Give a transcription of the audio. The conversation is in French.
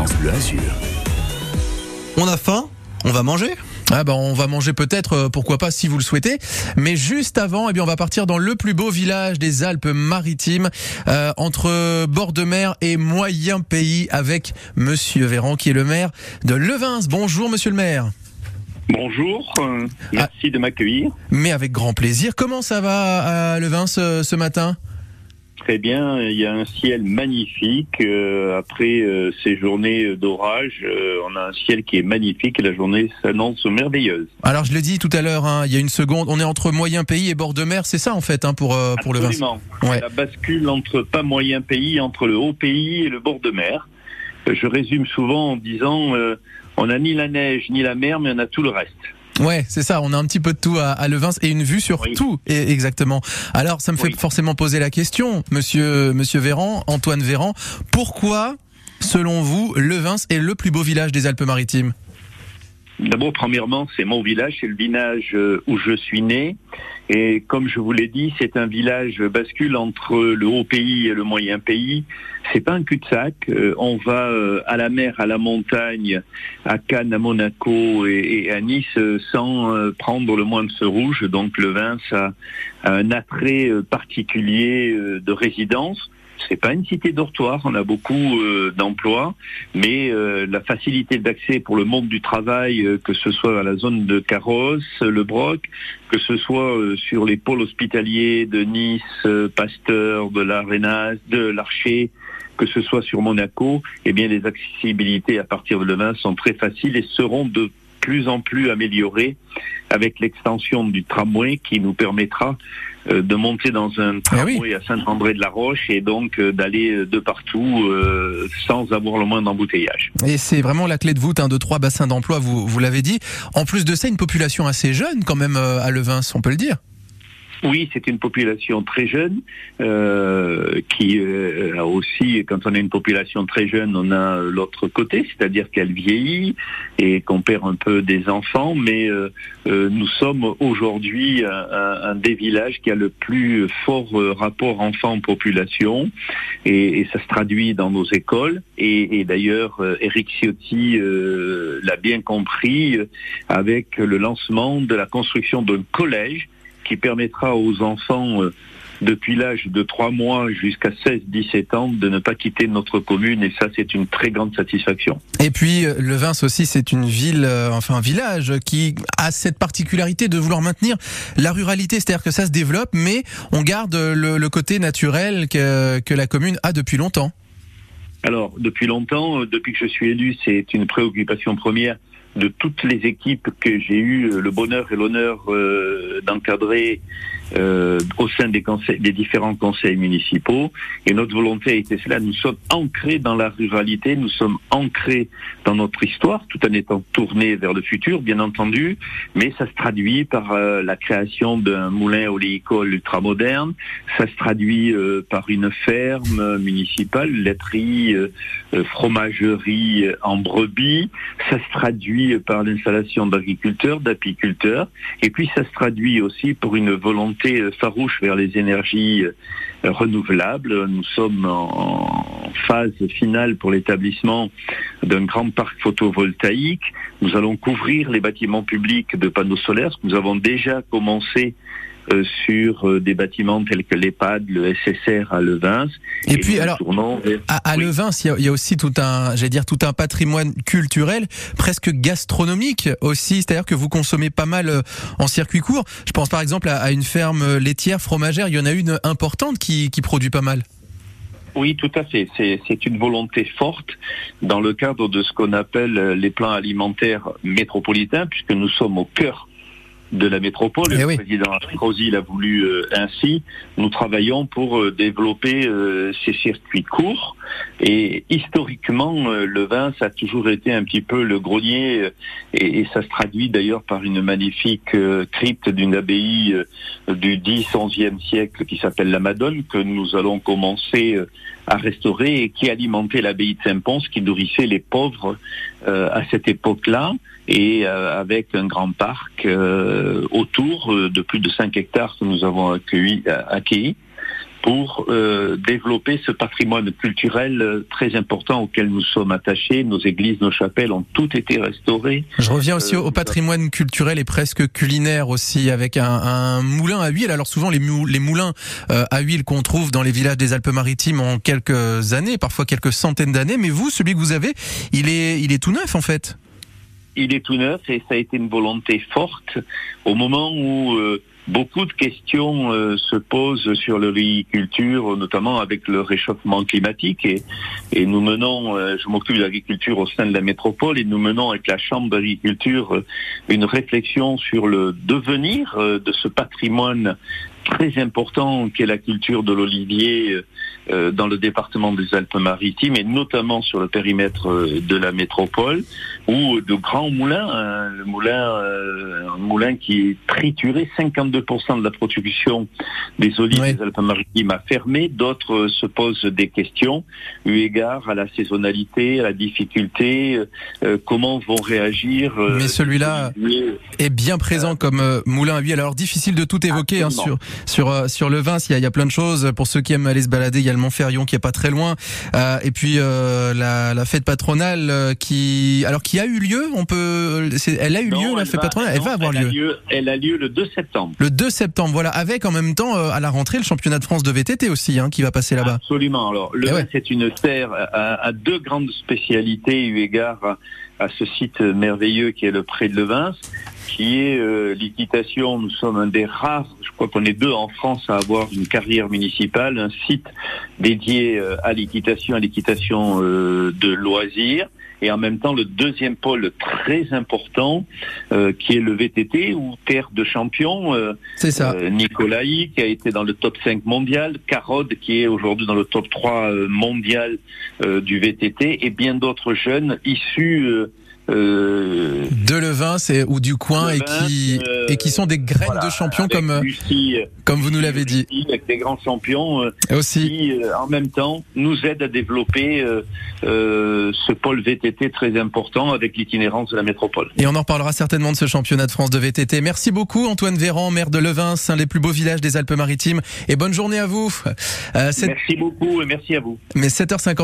France Bleu Azur. On a faim ? On va manger ? On va manger peut-être, pourquoi pas, si vous le souhaitez. Mais juste avant, on va partir dans le plus beau village des Alpes-Maritimes, entre bord de mer et moyen pays, avec Monsieur Véran, qui est le maire de Levins. Bonjour, Monsieur le maire. Bonjour, merci de m'accueillir. Mais avec grand plaisir. Comment ça va à Levins ce matin ? Très bien, il y a un ciel magnifique. Après ces journées d'orage, on a un ciel qui est magnifique et la journée s'annonce merveilleuse. Alors je l'ai dit tout à l'heure, il y a une seconde, on est entre moyen pays et bord de mer, c'est ça en fait pour Levins. Absolument. Ouais. La bascule entre pas moyen pays, entre le haut pays et le bord de mer. Je résume souvent en disant on n'a ni la neige ni la mer, mais on a tout le reste. Ouais, c'est ça, on a un petit peu de tout à Levins et une vue sur tout, exactement. Alors, ça me fait forcément poser la question, monsieur Véran, Antoine Véran, pourquoi, selon vous, Levins est le plus beau village des Alpes-Maritimes ? D'abord, premièrement, c'est mon village, c'est le village où je suis né. Et comme je vous l'ai dit, c'est un village bascule entre le haut pays et le moyen pays. C'est pas un cul-de-sac. On va à la mer, à la montagne, à Cannes, à Monaco et à Nice sans prendre le moindre feu rouge. Donc Levins a un attrait particulier de résidence. C'est pas une cité dortoir, on a beaucoup d'emplois, mais la facilité d'accès pour le monde du travail, que ce soit à la zone de Carros, le Broc, que ce soit sur les pôles hospitaliers de Nice, Pasteur, de l'Arenas, de l'Archer, que ce soit sur Monaco, les accessibilités à partir de Levins sont très faciles et seront de plus en plus améliorées avec l'extension du tramway qui nous permettra de monter dans un tramway à Saint-André-de-la-Roche et donc d'aller de partout sans avoir le moindre embouteillage. Et c'est vraiment la clé de voûte de 3 bassins d'emploi, vous l'avez dit. En plus de ça, une population assez jeune quand même à Levins, on peut le dire. Oui, c'est une population très jeune qui a aussi, quand on a une population très jeune, on a l'autre côté, c'est-à-dire qu'elle vieillit et qu'on perd un peu des enfants, mais nous sommes aujourd'hui un des villages qui a le plus fort rapport enfant-population et ça se traduit dans nos écoles et d'ailleurs Éric Ciotti l'a bien compris avec le lancement de la construction d'un collège qui permettra aux enfants depuis l'âge de 3 mois jusqu'à 16-17 ans de ne pas quitter notre commune et ça c'est une très grande satisfaction. Et puis Levins aussi c'est une ville, un village qui a cette particularité de vouloir maintenir la ruralité, c'est-à-dire que ça se développe mais on garde le côté naturel que la commune a depuis longtemps. Alors depuis longtemps, depuis que je suis élu, c'est une préoccupation première de toutes les équipes que j'ai eu le bonheur et l'honneur d'encadrer au sein des différents conseils municipaux. Et notre volonté a été cela. Nous sommes ancrés dans la ruralité, nous sommes ancrés dans notre histoire, tout en étant tournés vers le futur, bien entendu. Mais ça se traduit par la création d'un moulin oléicole ultramoderne. Ça se traduit par une ferme municipale, laiterie, fromagerie en brebis. Ça se traduit par l'installation d'agriculteurs, d'apiculteurs, et puis ça se traduit aussi pour une volonté farouche vers les énergies renouvelables. Nous sommes en phase finale pour l'établissement d'un grand parc photovoltaïque. Nous allons couvrir les bâtiments publics de panneaux solaires. Nous avons déjà commencé sur des bâtiments tels que l'EHPAD, le SSR à Levins. Et puis alors, à Levins, il y a aussi tout un patrimoine culturel, presque gastronomique aussi, c'est-à-dire que vous consommez pas mal en circuit court. Je pense par exemple à une ferme laitière, fromagère, il y en a une importante qui produit pas mal. Oui, tout à fait. C'est une volonté forte dans le cadre de ce qu'on appelle les plans alimentaires métropolitains, puisque nous sommes au cœur de la métropole. Le président Estrosi l'a voulu ainsi. Nous travaillons pour développer ces circuits courts. Et historiquement, Levins a toujours été un petit peu le grenier, et ça se traduit d'ailleurs par une magnifique crypte d'une abbaye du 10-11e siècle qui s'appelle la Madone, que nous allons commencer à restaurer et qui alimentait l'abbaye de Saint-Pons, qui nourrissait les pauvres à cette époque-là, et avec un grand parc autour de plus de 5 hectares que nous avons accueilli. pour développer ce patrimoine culturel très important auquel nous sommes attachés. Nos églises, nos chapelles ont toutes été restaurées. Je reviens aussi au patrimoine culturel et presque culinaire aussi, avec un moulin à huile. Alors souvent les moulins à huile qu'on trouve dans les villages des Alpes-Maritimes ont quelques années, parfois quelques centaines d'années, mais vous, celui que vous avez, il est tout neuf en fait. Il est tout neuf et ça a été une volonté forte au moment où beaucoup de questions se posent sur l'agriculture, notamment avec le réchauffement climatique. Et nous menons, je m'occupe de l'agriculture au sein de la métropole, et nous menons avec la Chambre d'agriculture une réflexion sur le devenir de ce patrimoine très important qu'est la culture de l'olivier dans le département des Alpes-Maritimes et notamment sur le périmètre de la métropole, où de grands moulins, un moulin qui est trituré, 52% de la production des olives des Alpes-Maritimes a fermé, d'autres se posent des questions eu égard à la saisonnalité, à la difficulté, comment vont réagir. Mais celui-là est bien présent comme moulin à huile. Alors difficile de tout évoquer sur le vin, il y a plein de choses. Pour ceux qui aiment aller se balader, il y a le Montferrion qui est pas très loin, et puis la fête patronale qui a eu lieu. Elle a eu lieu la fête patronale. Elle va avoir lieu. Elle a lieu le 2 septembre. Le 2 septembre, voilà, avec en même temps à la rentrée le championnat de France de VTT aussi, qui va passer là-bas. Absolument. Alors le vin, c'est une terre à deux grandes spécialités eu égard à ce site merveilleux qui est le Pré de Levens, qui est l'équitation. Nous sommes un des rares, je crois qu'on est deux en France à avoir une carrière municipale, un site dédié à l'équitation de loisirs. Et en même temps, le deuxième pôle très important, qui est le VTT, ou terre de champions. C'est ça. Nicolaï, qui a été dans le top 5 mondial, Carode, qui est aujourd'hui dans le top 3 mondial du VTT, et bien d'autres jeunes issus de Levens ou du coin, et qui sont des graines de champions, comme vous nous l'avez dit. Avec des grands champions aussi. Qui, en même temps, nous aident à développer ce pôle VTT très important avec l'itinérance de la métropole. Et on en reparlera certainement de ce championnat de France de VTT. Merci beaucoup Antoine Véran, maire de Levens, un des plus beaux villages des Alpes-Maritimes, et bonne journée à vous. Merci beaucoup et merci à vous. Mais 7h50.